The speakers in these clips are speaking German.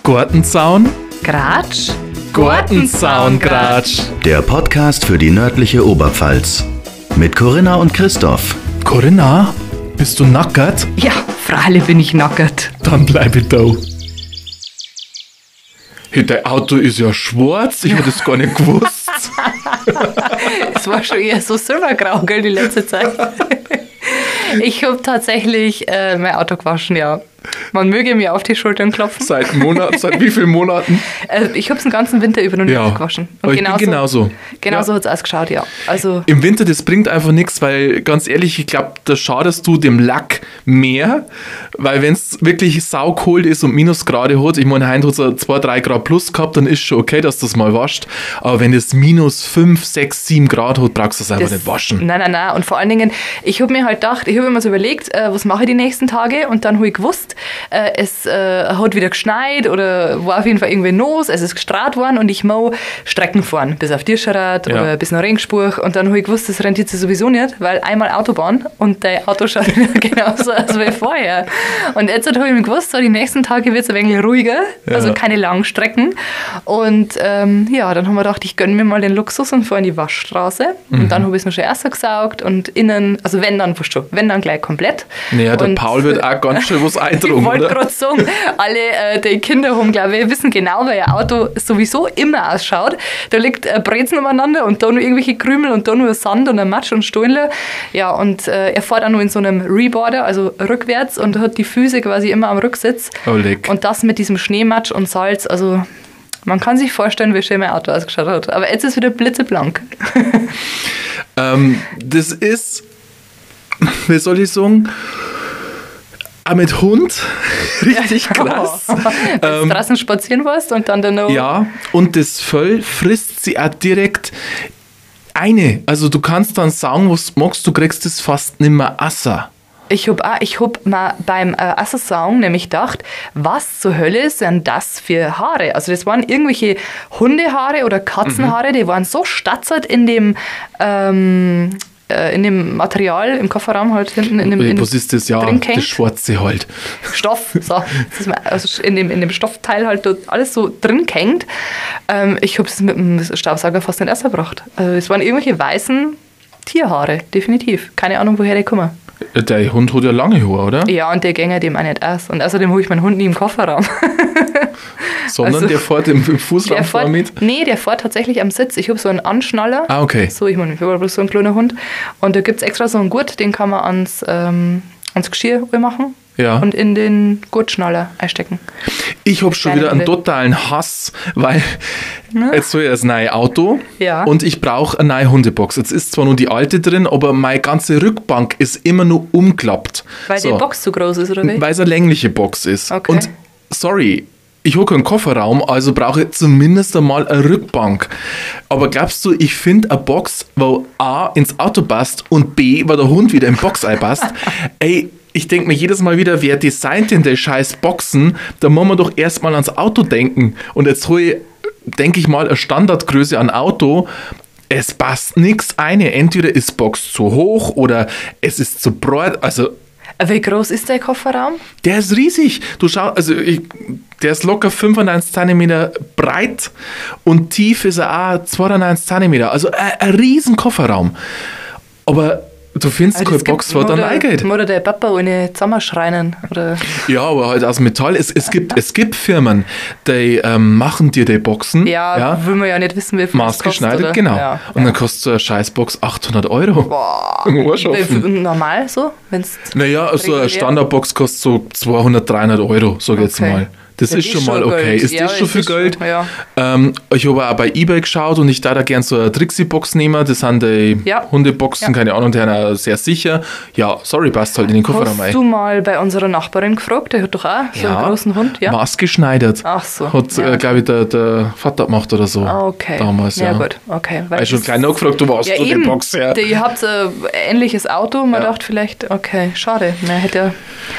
Gurtenzaun? Gratsch? Gurtenzaun-Gratsch. Der Podcast für die nördliche Oberpfalz. Mit Corinna und Christoph. Corinna, bist du nackert? Ja, freilich bin ich nackert. Dann bleib ich da. Hey, dein Auto ist ja schwarz, ich hätte das gar nicht gewusst. Es war schon eher so silbergrau, gell, die letzte Zeit. Ich habe tatsächlich mein Auto gewaschen, ja. Man möge mir auf die Schultern klopfen. Seit wie vielen Monaten? Ich habe es den ganzen Winter über noch nicht gewaschen. Und ich bin genauso. Genauso hat es ausgeschaut, ja. Also im Winter, das bringt einfach nichts, weil ganz ehrlich, ich glaube, da schadest du dem Lack mehr, weil wenn es wirklich saukalt ist und Minusgrade hat, ich meine, heute hat es 2-3 Grad plus gehabt, dann ist schon okay, dass du das mal wascht, aber wenn es minus 5, 6, 7 Grad hat, brauchst du es einfach nicht waschen. Nein. Und vor allen Dingen, ich habe mir halt gedacht, ich habe mir so überlegt, was mache ich die nächsten Tage, und dann habe ich gewusst, es hat wieder geschneit oder war auf jeden Fall irgendwie los, es ist gestrahlt worden und ich mau Strecken fahren, bis auf Dirscherath oder bis nach Regensburg, und dann habe ich gewusst, das rentiert sich sowieso nicht, weil einmal Autobahn und dein Auto schaut genauso aus wie vorher. Und jetzt habe ich mir gewusst, so die nächsten Tage wird es ein wenig ruhiger, also keine langen Strecken, und dann haben wir gedacht, ich gönne mir mal den Luxus und fahre in die Waschstraße, und dann habe ich es mir schon erst gesaugt und innen, also wenn dann gleich komplett. Naja, der Paul wird auch ganz schön was eintragen. Ich wollte gerade sagen, alle die Kinder haben, glaube ich, wissen genau, weil ihr Auto sowieso immer ausschaut. Da liegt Brezen umeinander und da nur irgendwelche Krümel und da nur Sand und ein Matsch und Stollen. Ja, und er fährt auch nur in so einem Reboarder, also rückwärts, und hat die Füße quasi immer am Rücksitz. Oh, leck. Und das mit diesem Schneematsch und Salz, also man kann sich vorstellen, wie schön mein Auto ausgeschaut hat. Aber jetzt ist es wieder blitzeblank. Das ist, wie soll ich sagen, auch mit Hund richtig krass. Wenn du draußen spazieren warst und dann noch... Ja, und das Fell frisst sie auch direkt eine. Also du kannst dann sagen, was du magst, du kriegst das fast nicht mehr asser. Ich hab mal beim Assersauen nämlich gedacht, was zur Hölle sind das für Haare? Also das waren irgendwelche Hundehaare oder Katzenhaare, die waren so statzert in dem Material im Kofferraum halt hinten in dem was ist das? Ja, das Schwarze halt. Stoff, so. Also in dem Stoffteil halt dort alles so drin hängt. Ich habe es mit dem Staubsauger fast nicht erst erbracht. Also es waren irgendwelche weißen Tierhaare, definitiv. Keine Ahnung, woher die kommen. Der Hund hat ja lange Haare, oder? Ja, und der gänge dem auch nicht aus. Und außerdem habe ich meinen Hund nie im Kofferraum. Sondern also, der fährt im Fußraum vor mit? Nee, der fährt tatsächlich am Sitz. Ich habe so einen Anschnaller. Ah, okay. So, ich meine, ich habe bloß so einen kleinen Hund. Und da gibt es extra so einen Gurt, den kann man ans Geschirr machen. Ja. Und in den Gurtschnaller einstecken. Ich habe schon wieder einen totalen Hass, weil jetzt so das neue Auto und ich brauche eine neue Hundebox. Jetzt ist zwar nur die alte drin, aber meine ganze Rückbank ist immer nur umklappt. Weil die Box zu groß ist, oder wie? Weil es eine längliche Box ist. Okay. Und sorry, ich habe keinen Kofferraum, also brauche ich zumindest einmal eine Rückbank. Aber glaubst du, ich finde eine Box, wo A ins Auto passt und B, wo der Hund wieder in die Box einpasst? Ey, ich denke mir jedes Mal wieder, wer designt denn die scheiß Boxen? Da muss man doch erstmal ans Auto denken. Und jetzt denke ich mal, eine Standardgröße an Auto. Es passt nichts ein. Entweder ist Box zu hoch oder es ist zu breit. Also, wie groß ist der Kofferraum? Der ist riesig. Du schau, der ist locker 95 cm breit und tief ist er auch 92 cm. Also ein riesen Kofferraum. Aber du findest keine Box, wo dann reingeht. Oder der Papa ohne zusammenschreinen. Oder? Ja, aber halt aus Metall. Es gibt Firmen, die machen dir die Boxen. Ja, will man ja nicht wissen, wie viel maßgeschneidert, kostet, genau. Ja. Und dann kostet so eine Scheißbox 800 €. Boah. Normal so? Naja, so eine Standardbox kostet so 200, 300 €, sag ich jetzt mal. Das ist schon mal okay. Ist das schon viel Geld? Ja. Ich habe auch bei eBay geschaut und ich da gerne so eine Trixie-Box nehmen. Das sind die Hundeboxen, keine Ahnung, die sind auch sehr sicher. Ja, sorry, passt halt in den Kofferraum ein. Hast du mal bei unserer Nachbarin gefragt? Der hat doch auch so einen großen Hund. Ja, maßgeschneidert. Ach so. Hat, glaube ich, der Vater gemacht oder so. Ah, okay. Damals, ja. Gut, okay. Weil ich schon klein nachgefragt, du warst die Box her. Ihr habt ein ähnliches Auto. Man dachte vielleicht, okay, schade. Man hätte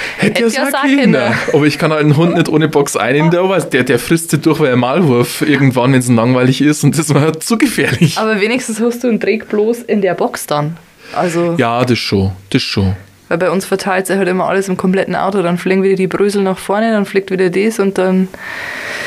ja sagen können. Aber ich kann halt einen Hund nicht ohne Box einnehmen, der frisst sich durch wie ein Maulwurf irgendwann, wenn es langweilig ist, und das war halt zu gefährlich. Aber wenigstens hast du einen Dreck bloß in der Box dann. Also ja, das schon. Weil bei uns verteilt sich halt immer alles im kompletten Auto. Dann fliegen wieder die Brösel nach vorne, dann fliegt wieder das und dann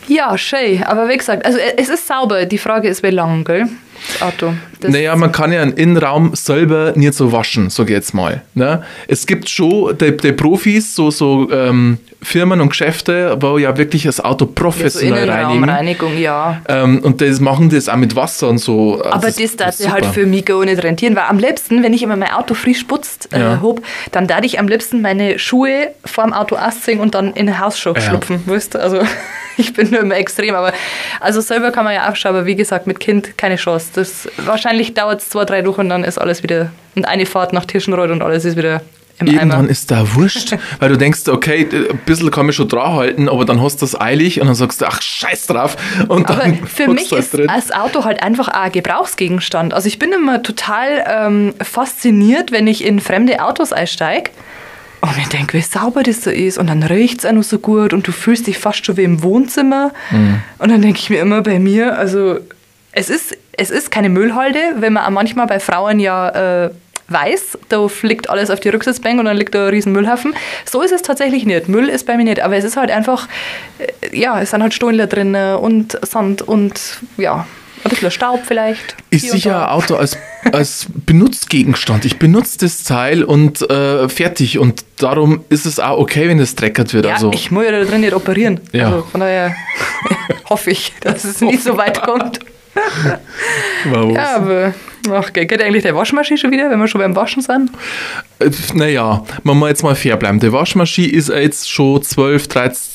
Ja, schön. Aber wie gesagt, also es ist sauber. Die Frage ist, wie lang, gell? Das Auto. Naja, man kann ja einen Innenraum selber nicht so waschen, sag ich jetzt mal. Ne? Es gibt schon die Profis, so Firmen und Geschäfte, wo ja wirklich das Auto professionell reinigen. Innenraumreinigung, ja. Und das machen das auch mit Wasser und so. Aber das darf sich halt für mich gar nicht rentieren, weil am liebsten, wenn ich immer mein Auto frisch putzt habe, dann darf ich am liebsten meine Schuhe vor dem Auto ausziehen und dann in den Hausschuh schlupfen, weißt du? Also ich bin nur immer extrem, aber also selber kann man ja aufschauen, aber wie gesagt, mit Kind keine Chance. Wahrscheinlich dauert es 2-3 Wochen und dann ist alles wieder, und eine Fahrt nach Tirschenreuth und alles ist wieder im Eimer. Irgendwann ist da wurscht, weil du denkst, okay, ein bisschen kann mich schon dran halten, aber dann hast du das eilig und dann sagst du, ach, scheiß drauf. Und aber dann für mich ist das Auto halt einfach auch ein Gebrauchsgegenstand. Also ich bin immer total fasziniert, wenn ich in fremde Autos einsteige und ich denke, wie sauber das so ist und dann riecht es auch noch so gut und du fühlst dich fast schon wie im Wohnzimmer. Und dann denke ich mir immer bei mir, also es ist keine Müllhalde, wenn man auch manchmal bei Frauen ja weiß, da fliegt alles auf die Rücksitzbank und dann liegt da ein riesen Müllhaufen. So ist es tatsächlich nicht. Müll ist bei mir nicht, aber es ist halt einfach, es sind halt Stollen drin und Sand und ja, ein bisschen Staub vielleicht. Ich sehe ja ein Auto als Benutzgegenstand. Ich benutze das Teil und fertig. Und darum ist es auch okay, wenn das dreckert wird. Ja, also. Ich muss ja da drin nicht operieren. Ja. Also von daher hoffe ich, dass es nicht so weit kommt. Ja, aber geht eigentlich der Waschmaschine schon wieder, wenn wir schon beim Waschen sind? Naja, man muss jetzt mal fair bleiben. Die Waschmaschine ist jetzt schon 12,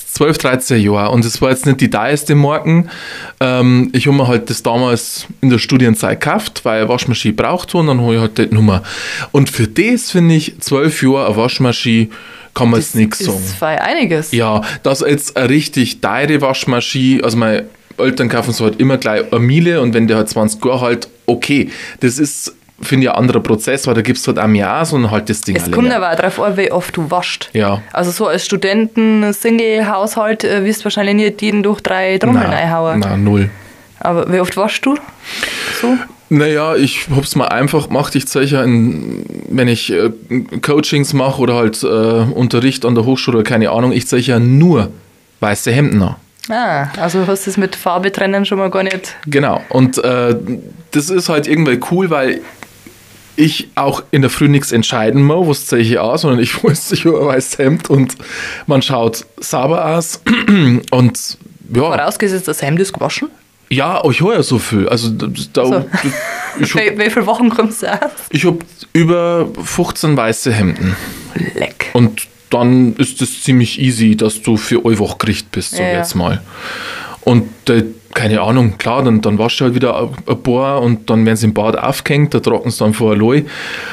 13 Jahre und es war jetzt nicht die teuerste Marken. Ich habe mir halt das damals in der Studienzeit gekauft, weil ich eine Waschmaschine brauchte und dann habe ich halt die Nummer. Und für das finde ich 12 Jahre eine Waschmaschine kann man jetzt nichts sagen. Das ist voll einiges. Ja, dass jetzt eine richtig teure Waschmaschine, also meine Eltern kaufen so halt immer gleich eine Miele und wenn der halt 20 Jahre halt, okay. Das ist, finde ich, ein anderer Prozess, weil da gibt es halt auch mehr aus und halt das Ding Es kommt aber auch darauf an, wie oft du waschst. Ja. Also so als Studenten-Single-Haushalt wirst du wahrscheinlich nicht jeden durch 3 Trommeln einhauen. Nein, 0. Aber wie oft waschst du? So? Naja, ich hab's mal einfach gemacht. Ich zeige ja, wenn ich Coachings mache oder halt Unterricht an der Hochschule oder keine Ahnung, ich zeige ja nur weiße Hemden an. Ah, also hast du das mit Farbe trennen schon mal gar nicht. Genau, und das ist halt irgendwie cool, weil ich auch in der Früh nichts entscheiden muss, was ziehe ich aus, sondern ich weiß, ich habe ein weißes Hemd und man schaut sauber aus und ja. Vorausgesetzt, das Hemd ist gewaschen? Ja, ich habe ja so viel. Also wie viele Wochen kommst du aus? Ich habe über 15 weiße Hemden. Leck. Und dann ist es ziemlich easy, dass du für eine Woche gerichtet bist, sag ich jetzt mal. Und keine Ahnung, klar, dann waschst du halt wieder ein paar und dann werden sie im Bad aufgehängt, da trocknen sie dann vor allein.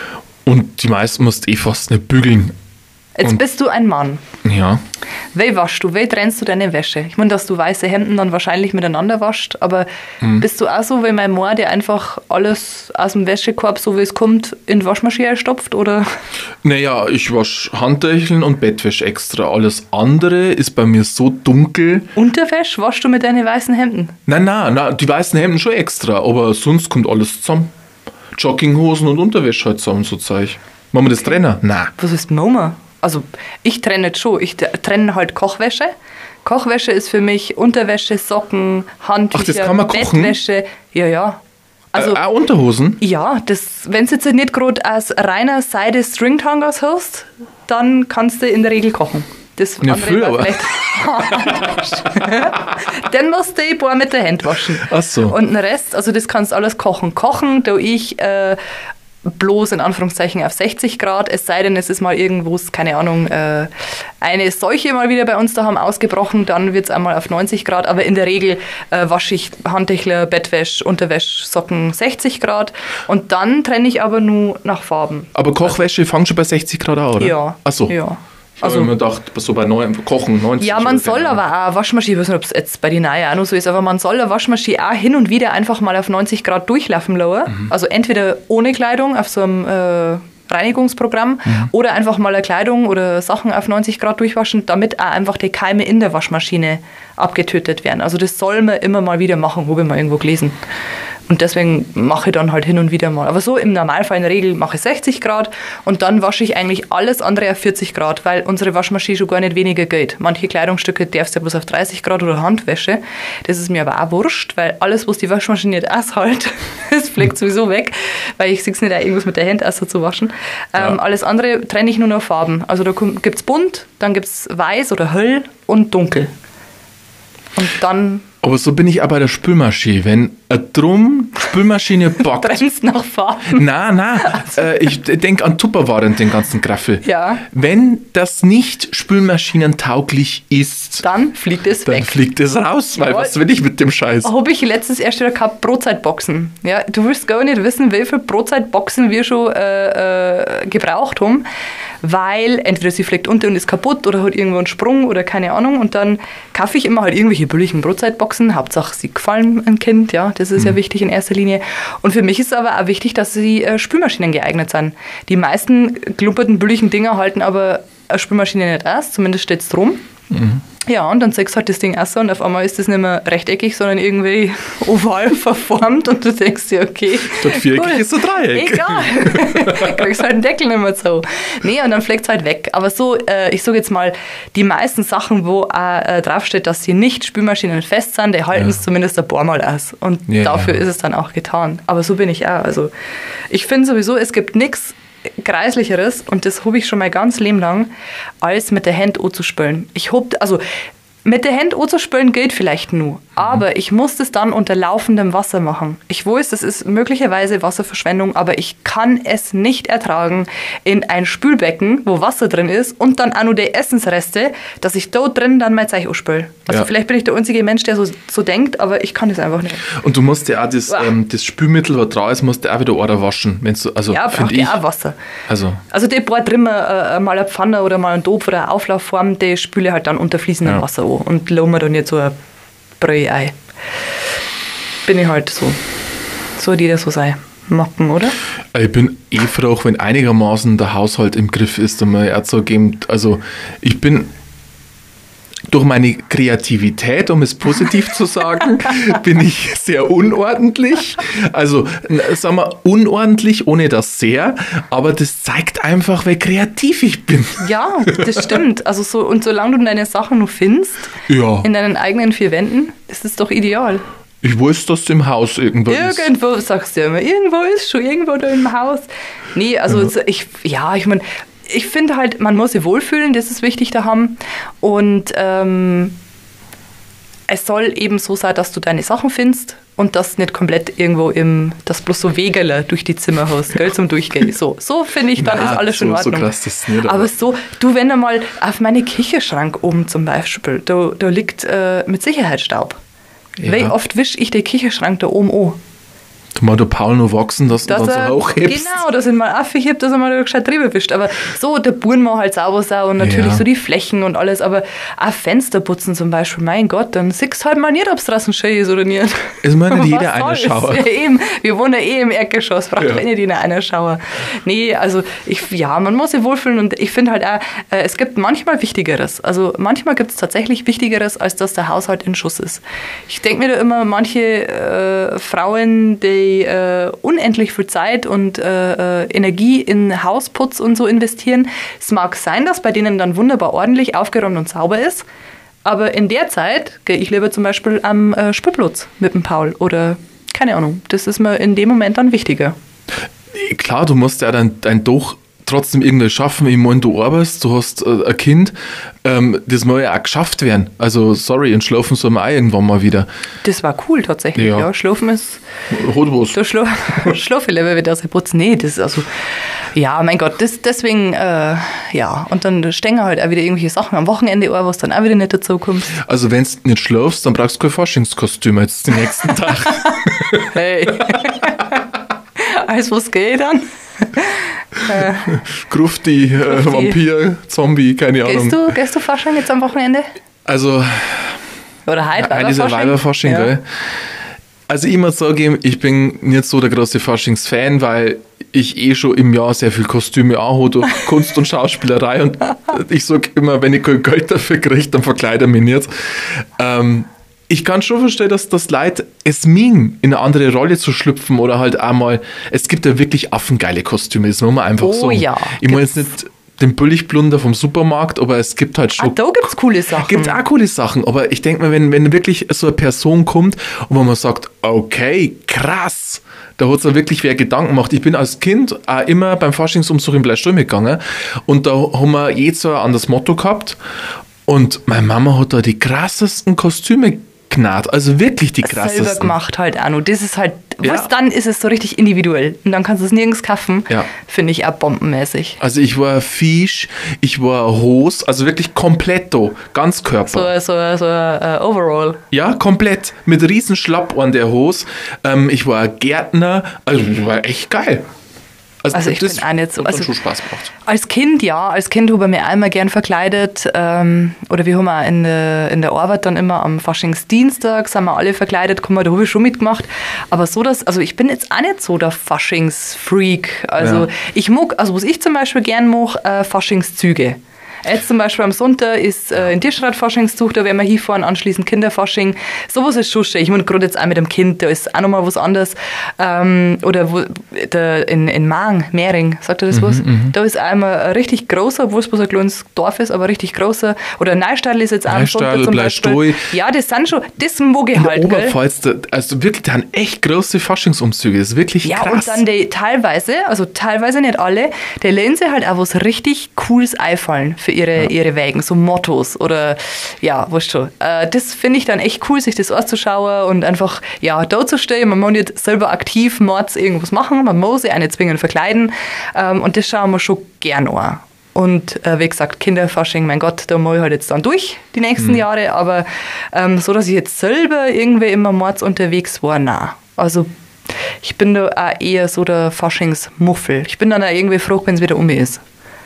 Und die meisten musst du fast nicht bügeln. Jetzt bist du ein Mann. Ja. Wie waschst du? Wie trennst du deine Wäsche? Ich meine, dass du weiße Hemden dann wahrscheinlich miteinander waschst, aber bist du auch so wie mein Mann, der einfach alles aus dem Wäschekorb, so wie es kommt, in die Waschmaschine stopft, oder? Naja, ich wasche Handtücheln und Bettwäsche extra. Alles andere ist bei mir so dunkel. Unterwäsche waschst du mit deinen weißen Hemden? Nein, die weißen Hemden schon extra, aber sonst kommt alles zusammen. Jogginghosen und Unterwäsche halt zusammen, so Zeug. Machen wir das trennen? Nein. Was ist Mama? Also ich trenne jetzt schon. Ich trenne halt Kochwäsche. Kochwäsche ist für mich Unterwäsche, Socken, Handtücher, das kann man kochen? Bettwäsche. Ja. Also, auch Unterhosen? Ja, wenn du jetzt nicht gerade aus reiner Seide Stringtangers hast, dann kannst du in der Regel kochen. Das ja, andere früher aber. Dann musst du die paar mit der Hand waschen. Ach so. Und den Rest, also das kannst du alles kochen. Kochen tue ich bloß in Anführungszeichen auf 60 Grad, es sei denn, es ist mal irgendwo, keine Ahnung, eine Seuche mal wieder bei uns daheim ausgebrochen, dann wird es einmal auf 90 Grad, aber in der Regel wasche ich Handtücher, Bettwäsche, Unterwäsche, Socken 60 Grad und dann trenne ich aber nur nach Farben. Aber Kochwäsche fängt schon bei 60 Grad an, oder? Ja. Ach so. Ja. Also, ich habe mir gedacht, so bei Kochen 90. Ja, man soll aber auch Waschmaschine, ich weiß nicht, ob es jetzt bei den Neuen auch noch so ist, aber man soll eine Waschmaschine auch hin und wieder einfach mal auf 90 Grad durchlaufen lassen. Also entweder ohne Kleidung auf so einem Reinigungsprogramm oder einfach mal eine Kleidung oder Sachen auf 90 Grad durchwaschen, damit auch einfach die Keime in der Waschmaschine abgetötet werden. Also das soll man immer mal wieder machen, habe ich mal irgendwo gelesen. Und deswegen mache ich dann halt hin und wieder mal. Aber so im Normalfall in der Regel mache ich 60 Grad und dann wasche ich eigentlich alles andere auf 40 Grad, weil unsere Waschmaschine schon gar nicht weniger geht. Manche Kleidungsstücke darfst du ja bloß auf 30 Grad oder Handwäsche. Das ist mir aber auch wurscht, weil alles, was die Waschmaschine nicht aushält, das fliegt sowieso weg, weil ich sehe es nicht, auch irgendwas mit der Hand zu waschen. Alles andere trenne ich nur noch Farben. Also da gibt es bunt, dann gibt es weiß oder hell und dunkel. Und dann... Aber so bin ich auch bei der Spülmaschine. Wenn eine Spülmaschine bockt. Trennst nach Farben. Nein. Ich denke an Tupperware und den ganzen Graffel. Ja. Wenn das nicht spülmaschinentauglich ist, dann fliegt es dann weg. Dann fliegt es raus, weil was will ich mit dem Scheiß? Habe ich letztens erst wieder gehabt, Brotzeitboxen. Ja, du willst gar nicht wissen, wie viele Brotzeitboxen wir schon gebraucht haben, weil entweder sie fliegt unter und ist kaputt oder hat irgendwo einen Sprung oder keine Ahnung und dann kaufe ich immer halt irgendwelche billigen Brotzeitboxen. Hauptsache, sie gefallen ein Kind, ja, das ist ja wichtig in erster Linie. Und für mich ist es aber auch wichtig, dass sie Spülmaschinen geeignet sind. Die meisten klumperten, billigen Dinger halten aber eine Spülmaschine nicht aus, zumindest steht es drum. Ja, und dann zeigst du halt das Ding aus und auf einmal ist das nicht mehr rechteckig, sondern irgendwie oval verformt und du denkst dir, okay. Statt viereckig ist so Dreieck. Egal. Kriegst halt den Deckel nicht mehr so. Nee, und dann fliegt es halt weg. Aber so, ich sage jetzt mal, die meisten Sachen, wo auch draufsteht, dass sie nicht spülmaschinenfest sind, die halten es zumindest ein paar Mal aus. Und dafür ist es dann auch getan. Aber so bin ich auch. Also ich finde sowieso, es gibt nichts Greislicheres, und das habe ich schon mein ganzes Leben lang, als mit der Hand anzuspülen. Mit der Hand anzuspülen geht vielleicht nur, aber ich muss das dann unter laufendem Wasser machen. Ich weiß, das ist möglicherweise Wasserverschwendung, aber ich kann es nicht ertragen, in ein Spülbecken, wo Wasser drin ist, und dann auch nur die Essensreste, dass ich da drin dann mein Zeug anspüle. Also vielleicht bin ich der einzige Mensch, der so denkt, aber ich kann das einfach nicht. Und du musst ja auch das Spülmittel, was drauf ist, musst du auch wieder Order waschen. Ja, braucht ja auch Wasser. Also die paar drin mal eine Pfanne oder mal ein Topf oder eine Auflaufform, die spüle halt dann unter fließendem Wasser an. Und lau mir dann nicht so ein Brühe-Ei. Bin ich halt so. Soll jeder so sein. Machen, oder? Ich bin froh, wenn einigermaßen der Haushalt im Griff ist und man so geben. Also ich bin durch meine Kreativität, um es positiv zu sagen, bin ich sehr unordentlich. Also, sagen wir, unordentlich ohne das sehr, aber das zeigt einfach, wie kreativ ich bin. Ja, das stimmt. Also und solange du deine Sachen noch findest, in deinen eigenen vier Wänden, ist das doch ideal. Ich weiß, dass es im Haus irgendwo ist. Irgendwo, sagst du ja immer, irgendwo ist schon irgendwo da im Haus. Nee, also ich meine, ich finde halt, man muss sich wohlfühlen, das ist wichtig daheim. Und es soll eben so sein, dass du deine Sachen findest und das nicht komplett irgendwo das bloß so Wegerler durch die Zimmer hast, gell, zum Durchgehen. So finde ich, dann ist alles in Ordnung. So krass ist nicht, aber so, du, wenn du mal auf meine Küchenschrank oben zum Beispiel, da liegt mit Sicherheit Staub. Ja. Wie oft wische ich den Küchenschrank da oben an? Du mal der Paul noch wachsen, dass du dann so hochhebst. Genau, dass ich mal aufhebt, dass er mal gescheit drüber wischt. Aber so, der Buren mal halt sauber sein und natürlich so die Flächen und alles. Aber auch Fenster putzen zum Beispiel, mein Gott, dann siehst du halt mal nicht, ob es draußen schön ist oder nicht. Es muss nicht jeder eine Schauer. Ja, eben. Wir wohnen ja im Erdgeschoss, braucht nicht jeder eine Schauer. Nee, also man muss sich wohlfühlen und ich finde halt auch, es gibt manchmal Wichtigeres. Also manchmal gibt es tatsächlich Wichtigeres, als dass der Haushalt in Schuss ist. Ich denke mir da immer, manche Frauen, die unendlich viel Zeit und Energie in Hausputz und so investieren. Es mag sein, dass bei denen dann wunderbar ordentlich aufgeräumt und sauber ist, aber in der Zeit gehe ich lieber zum Beispiel am Spielplatz mit dem Paul oder keine Ahnung. Das ist mir in dem Moment dann wichtiger. Klar, du musst ja dein Doch trotzdem irgendwie schaffen. Ich meine, du arbeitest, du hast ein Kind, das muss ja auch geschafft werden. Also, sorry, und schlafen soll man auch irgendwann mal wieder. Das war cool tatsächlich, ja. Schlafen ist... Hat was. Da schlafe ich lieber wieder so putzen. Nee, das ist also... Ja, mein Gott, deswegen, und dann stehen halt auch wieder irgendwelche Sachen am Wochenende an, was dann auch wieder nicht dazu kommt. Also, wenn du nicht schlafst, dann brauchst du kein Faschingskostüm jetzt den nächsten Tag. Hey. Alles, was geht dann? Grufti, Vampir, Zombie, keine Ahnung. Gehst du Fasching jetzt am Wochenende? Also... Oder heute Weiberfasching? Diese Weiberfasching, gell? Also ich muss sagen, ich bin nicht so der große Faschings-Fan, weil ich schon im Jahr sehr viel Kostüme anhabe durch Kunst und Schauspielerei und ich sage immer, wenn ich kein Geld dafür kriege, dann verkleide ich mich nicht. ich kann schon verstehen, dass das Leute es mögen, in eine andere Rolle zu schlüpfen oder halt einmal, es gibt ja wirklich affengeile Kostüme, das muss man einfach sagen. Ja. Ich meine jetzt nicht den Billigblunder vom Supermarkt, aber es gibt halt schon... Da gibt's coole Sachen. Gibt auch coole Sachen, aber ich denke mir, wenn wirklich so eine Person kommt und wenn man sagt, okay, krass, da hat sich wirklich wer Gedanken gemacht. Ich bin als Kind auch immer beim Faschingsumzug in Bleistöl gegangen und da haben wir jedes Jahr an das Motto gehabt und meine Mama hat da die krassesten Kostüme genäht, also wirklich die krassesten. Selber gemacht halt auch noch. Das ist halt, Ja. was dann ist es so richtig individuell und dann kannst du es nirgends kaufen, Ja. finde ich auch bombenmäßig. Also ich war Fisch, ich war Hose, also wirklich kompletto, ganz Körper. So Overall. Ja, komplett, mit riesen Schlapp an der Hose. Ich war Gärtner, also war echt geil. Also ich bin auch nicht so. Hat Also dann schon Spaß gemacht. als Kind habe ich mich einmal gern verkleidet. Oder wir haben auch in der Arbeit dann immer am Faschingsdienstag sind wir alle verkleidet, da habe ich schon mitgemacht. Aber so also ich bin jetzt auch nicht so der Faschingsfreak. Also Ja. ich mag, also was ich zum Beispiel gern mache, Faschingszüge. Jetzt zum Beispiel am Sonntag ist in Tirschrad Faschingszug, da werden wir hinfahren, anschließend Kinderfasching. Sowas ist schon schön. Ich meine, gerade jetzt auch mit dem Kind, da ist auch nochmal was anderes. Oder in Mehring, sagt ihr das was? Da ist einmal ein richtig großer, obwohl es bloß ein kleines Dorf ist, aber richtig großer. Oder Neustadl ist jetzt auch am Sonntag zum Beispiel. Bleistol. Ja, das sind schon, das mag ich In der halt, gell? Oberpfalz, also wirklich, da haben echt große Faschingsumzüge, das ist wirklich Ja, krass. und dann die teilweise nicht alle, der lassen sich halt auch was richtig Cooles einfallen für ihre Wägen, so Mottos oder ja, weißt du. Das finde ich dann echt cool, sich das anzuschauen und einfach, ja, da zu stehen. Man muss nicht selber aktiv mords irgendwas machen, man muss sich auch nicht zwingend verkleiden und das schauen wir schon gern an. Und wie gesagt, Kinderfasching, mein Gott, da muss ich halt jetzt dann durch die nächsten Jahre, aber so, dass ich jetzt selber irgendwie immer mords unterwegs war, nein. Also ich bin da auch eher so der Faschingsmuffel. Ich bin dann auch irgendwie froh, wenn es wieder um mich ist.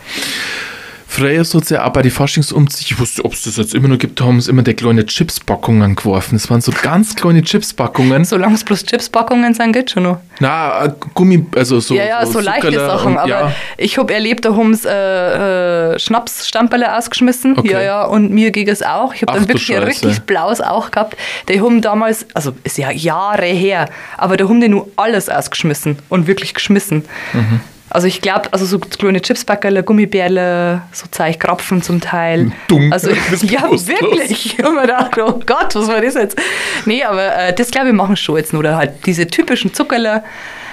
Früher hat es ja auch bei den Faschingsumzügen, ich wusste, ob es das jetzt immer noch gibt, da haben sie immer die kleinen Chipspackungen geworfen. Das waren so ganz kleine Chipspackungen. Solange es bloß Chipspackungen sind, geht schon noch. Na, Gummi, also so. Ja, so leichte Zuckerler Sachen, und, aber ja. ich habe erlebt, da haben sie Schnapsstamperle ausgeschmissen. Okay. Ja, und mir ging es auch. Ich habe Ach dann du wirklich ein Scheiße. richtig blaues auch gehabt. Die haben damals, also ist ja Jahre her, aber da haben die nur alles ausgeschmissen und wirklich geschmissen. Also ich glaube, also so kleine Chipspackerle, Gummibärle, so Krapfen zum Teil. Dumm. Also Das ist ja, bewusstlos. wirklich. Ich habe mir gedacht, oh Gott, was war das jetzt? Nee, aber das glaube ich machen schon jetzt nur. Oder halt diese typischen Zuckerle.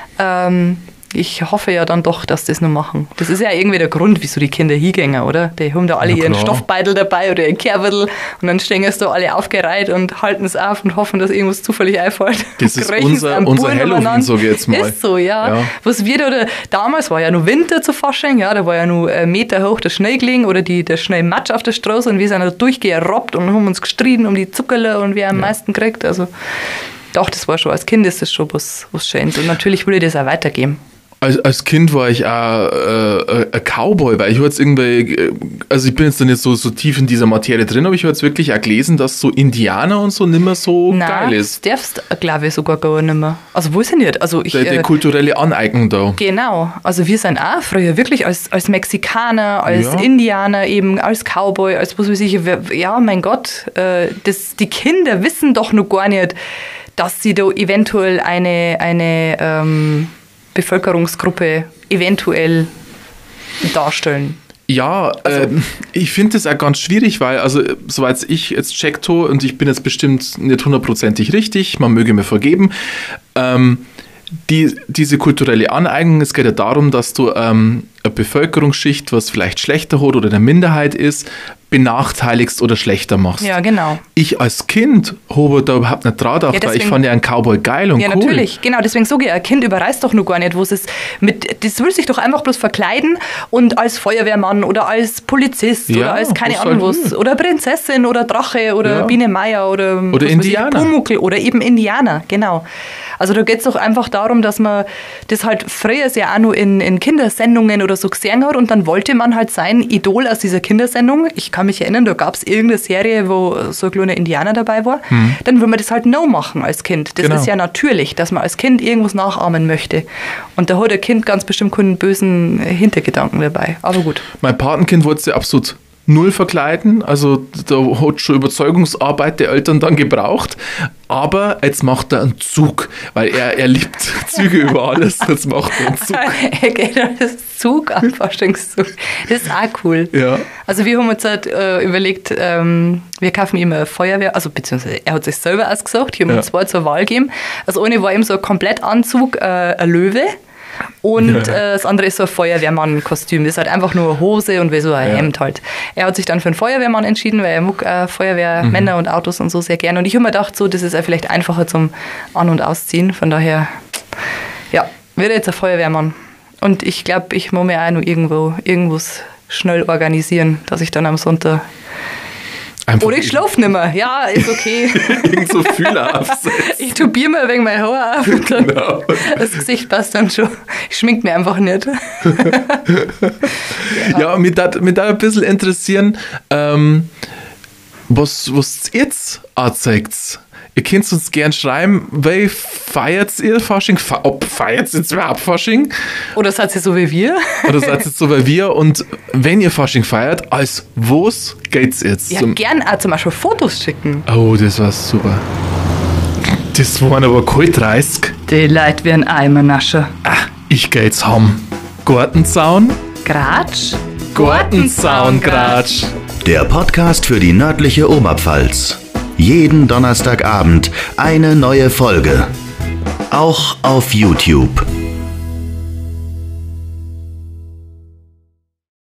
Ich hoffe ja dann doch, dass das noch machen. Das ist ja irgendwie der Grund, wieso die Kinder hingehen, oder? Die haben da alle Ja, ihren klar. Stoffbeutel dabei oder ihren Kerbeutel und dann stehen es da alle aufgereiht und halten es auf und hoffen, dass irgendwas zufällig einfällt. Das ist Kriechen es am unser Buren Halloween, umeinander. sag ich jetzt mal. Ist so, ja. Ja. Was wir da, damals war ja nur Winter zu Fasching, ja, da war ja nur Meter hoch der Schnee gelegen oder der Schneematsch auf der Straße und wir sind da durchgerobbt und haben uns gestritten um die Zuckerle und wer am meisten kriegt. Also doch, das war schon, als Kind ist das schon was Schönes und natürlich will ich das auch weitergeben. Als Kind war ich auch ein Cowboy, weil ich habe jetzt irgendwie, also ich bin jetzt dann nicht so tief in dieser Materie drin, aber ich habe jetzt wirklich auch gelesen, dass so Indianer und so nimmer so geil das ist. darfst glaube ich sogar gar nicht mehr. Also wo ist denn nicht? Also ich, Die kulturelle Aneignung da. genau, also wir sind auch früher wirklich als Mexikaner, als Ja. Indianer eben, als Cowboy, als was weiß ich, ja mein Gott, die Kinder wissen doch noch gar nicht, dass sie da eventuell eine Bevölkerungsgruppe eventuell darstellen. Ja, ich finde das auch ganz schwierig, weil, also, soweit ich jetzt checkt habe, und ich bin jetzt bestimmt nicht hundertprozentig richtig, man möge mir vergeben, diese kulturelle Aneignung, es geht ja darum, dass du eine Bevölkerungsschicht, was vielleicht schlechter hat oder eine Minderheit ist, benachteiligst oder schlechter machst. Ja, genau. Ich als Kind habe da überhaupt nicht dran gedacht, Ja, weil ich deswegen- fand ja einen Cowboy geil und Ja, cool. natürlich, genau. Deswegen sage ich, ein Kind überreißt doch nur gar nicht, wo es ist. Das will sich doch einfach bloß verkleiden und als Feuerwehrmann oder als Polizist Ja, oder als keine was Ahnung halt was. Oder Prinzessin oder Drache oder Ja. Biene Meier oder was weiß ich, Indianer. Pumuckl oder eben Indianer, genau. Also da geht es doch einfach darum, dass man das halt früher sehr auch nur in Kindersendungen oder so gesehen hat und dann wollte man halt sein Idol aus dieser Kindersendung. Ich kann mich erinnern, da gab es irgendeine Serie, wo so ein kleiner Indianer dabei war. Dann will man das halt no machen als Kind. Das Genau. ist ja natürlich, dass man als Kind irgendwas nachahmen möchte. Und da hat ein Kind ganz bestimmt keinen bösen Hintergedanken dabei. Aber gut. Mein Patenkind wollte es ja absolut null verkleiden. Also da hat schon Überzeugungsarbeit der Eltern dann gebraucht. Aber jetzt macht er einen Zug, weil er liebt Züge über alles. Jetzt macht er einen Zug. Er geht als Zug am Faschingszug. Das ist auch cool. Ja. Also wir haben uns halt überlegt, wir kaufen ihm eine Feuerwehr, also beziehungsweise er hat sich selber ausgesucht, hier haben uns zwei zur Wahl gegeben. Das eine war eben so ein Komplettanzug, ein Löwe. Und das andere ist so ein Feuerwehrmann-Kostüm. Das ist halt einfach nur eine Hose und wie so ein Hemd halt. Er hat sich dann für einen Feuerwehrmann entschieden, weil er mag Feuerwehrmänner und Autos und so sehr gerne. Und ich habe mir gedacht, so, das ist ja vielleicht einfacher zum An- und Ausziehen. Von daher, ja, wird jetzt ein Feuerwehrmann. Und ich glaube, ich muss mir auch noch irgendwas schnell organisieren, dass ich dann am Sonntag... Einfach oder ich schlafe nicht mehr. Ja, ist okay. irgend so Fühler aufsetzen. Ich tubiere mir wegen mein Haar auf und dann das Gesicht passt dann schon. Ich schmink mir einfach nicht. Ja, mich darf ein bisschen interessieren, was ihr jetzt anzeigt. Ihr könnt uns gern schreiben, wie feiert ihr Fasching? Ob feiert ihr jetzt überhaupt Fasching? Oder seid ihr so wie wir? Oder seid ihr jetzt so wie wir? Und wenn ihr Fasching feiert, als was geht's jetzt? Ja, gern auch zum Beispiel Fotos schicken. Oh, das war super. Das waren aber kalt 30. Die Leute werden Eimer naschen. Ich geh jetzt heim. Gartenzaun? Gratsch? Gartenzaun-Gratsch. Der Podcast für die nördliche Oberpfalz. Jeden Donnerstagabend eine neue Folge. Auch auf YouTube.